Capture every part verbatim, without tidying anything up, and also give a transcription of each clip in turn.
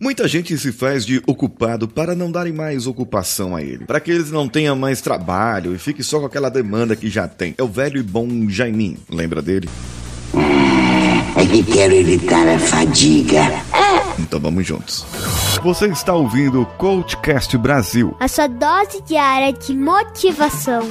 Muita gente se faz de ocupado para não darem mais ocupação a ele, para que eles não tenham mais trabalho e fique só com aquela demanda que já tem. É o velho e bom Jaiminho, lembra dele? É que quero evitar a fadiga. Então vamos juntos. Você está ouvindo o CoachCast Brasil, a sua dose diária de motivação.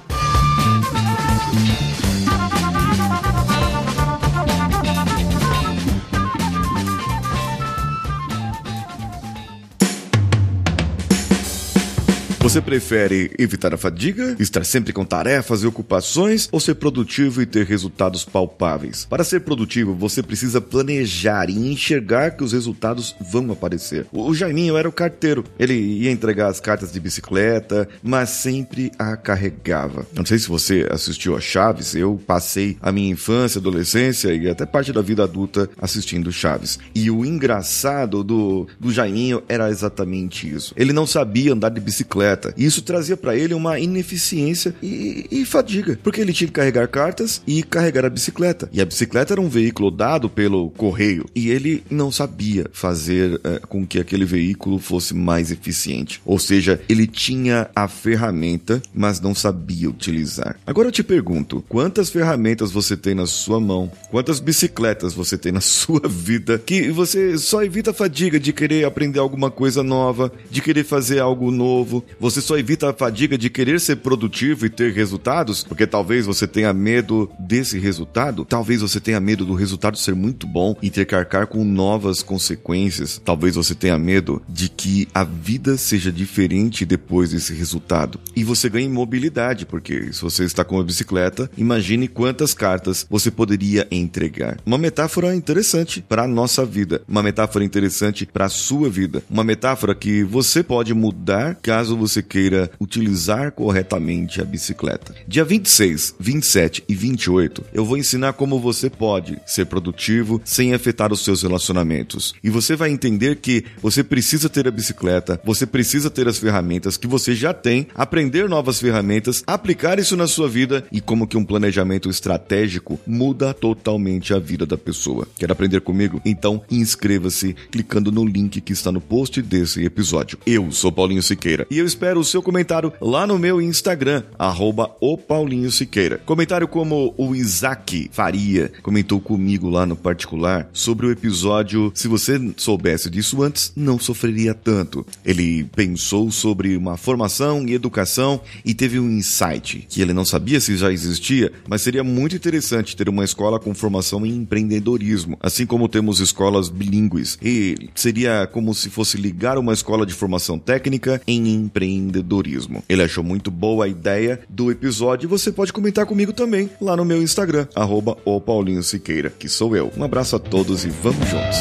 Você prefere evitar a fadiga, estar sempre com tarefas e ocupações, ou ser produtivo e ter resultados palpáveis? Para ser produtivo, você precisa planejar e enxergar que os resultados vão aparecer. O Jaiminho era o carteiro. Ele ia entregar as cartas de bicicleta, mas sempre a carregava. Não sei se você assistiu a Chaves, eu passei a minha infância, adolescência e até parte da vida adulta assistindo Chaves. E o engraçado do, do Jaiminho era exatamente isso. Ele não sabia andar de bicicleta. E isso trazia para ele uma ineficiência e, e fadiga, porque ele tinha que carregar cartas e carregar a bicicleta. E a bicicleta era um veículo dado pelo correio e ele não sabia fazer é, com que aquele veículo fosse mais eficiente. Ou seja, ele tinha a ferramenta, mas não sabia utilizar. Agora eu te pergunto, quantas ferramentas você tem na sua mão? Quantas bicicletas você tem na sua vida que você só evita a fadiga de querer aprender alguma coisa nova, de querer fazer algo novo? Você só evita a fadiga de querer ser produtivo e ter resultados, porque talvez você tenha medo desse resultado, talvez você tenha medo do resultado ser muito bom e ter que arcar com novas consequências, talvez você tenha medo de que a vida seja diferente depois desse resultado. E você ganha mobilidade, porque se você está com uma bicicleta, imagine quantas cartas você poderia entregar. Uma metáfora interessante para a nossa vida, uma metáfora interessante para a sua vida, uma metáfora que você pode mudar caso você você queira utilizar corretamente a bicicleta. Dia vinte e seis, vinte e sete e vinte e oito, eu vou ensinar como você pode ser produtivo sem afetar os seus relacionamentos. E você vai entender que você precisa ter a bicicleta, você precisa ter as ferramentas que você já tem, aprender novas ferramentas, aplicar isso na sua vida e como que um planejamento estratégico muda totalmente a vida da pessoa. Quer aprender comigo? Então inscreva-se clicando no link que está no post desse episódio. Eu sou Paulinho Siqueira e eu espero o seu comentário lá no meu Instagram, arroba o Paulinho Siqueira. Comentário como o Isaac Faria comentou comigo lá no particular sobre o episódio Se Você Soubesse Disso Antes, Não Sofreria Tanto. Ele pensou sobre uma formação e educação e teve um insight que ele não sabia se já existia, mas seria muito interessante ter uma escola com formação em empreendedorismo, assim como temos escolas bilíngues. E seria como se fosse ligar uma escola de formação técnica em empreendedorismo. Empreendedorismo. Ele achou muito boa a ideia do episódio e você pode comentar comigo também lá no meu Instagram, arroba o Paulinho Siqueira, que sou eu. Um abraço a todos e vamos juntos.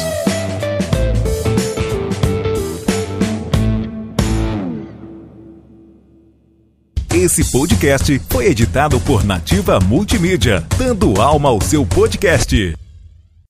Esse podcast foi editado por Nativa Multimídia, dando alma ao seu podcast.